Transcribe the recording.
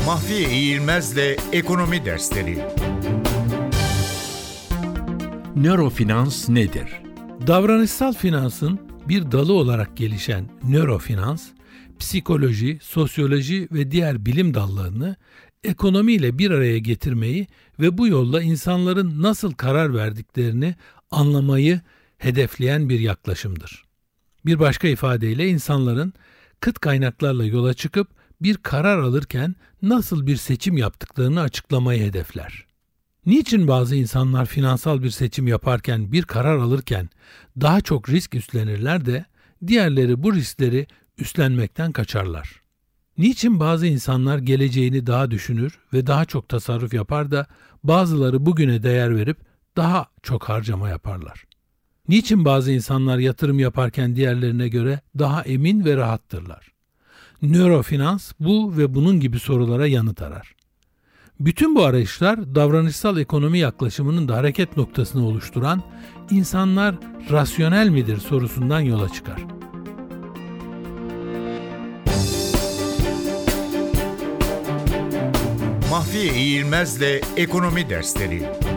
Mahfiye İğilmez'le Ekonomi Dersleri. Nörofinans nedir? Davranışsal finansın bir dalı olarak gelişen nörofinans, psikoloji, sosyoloji ve diğer bilim dallarını ekonomiyle bir araya getirmeyi ve bu yolla insanların nasıl karar verdiklerini anlamayı hedefleyen bir yaklaşımdır. Bir başka ifadeyle insanların kıt kaynaklarla yola çıkıp bir karar alırken nasıl bir seçim yaptıklarını açıklamayı hedefler. Niçin bazı insanlar finansal bir seçim yaparken, bir karar alırken daha çok risk üstlenirler de diğerleri bu riskleri üstlenmekten kaçarlar? Niçin bazı insanlar geleceğini daha düşünür ve daha çok tasarruf yapar da bazıları bugüne değer verip daha çok harcama yaparlar? Niçin bazı insanlar yatırım yaparken diğerlerine göre daha emin ve rahattırlar? Nörofinans bu ve bunun gibi sorulara yanıt arar. Bütün bu arayışlar davranışsal ekonomi yaklaşımının da hareket noktasını oluşturan insanlar rasyonel midir sorusundan yola çıkar. Mahfiye İğilmez'le Ekonomi Dersleri.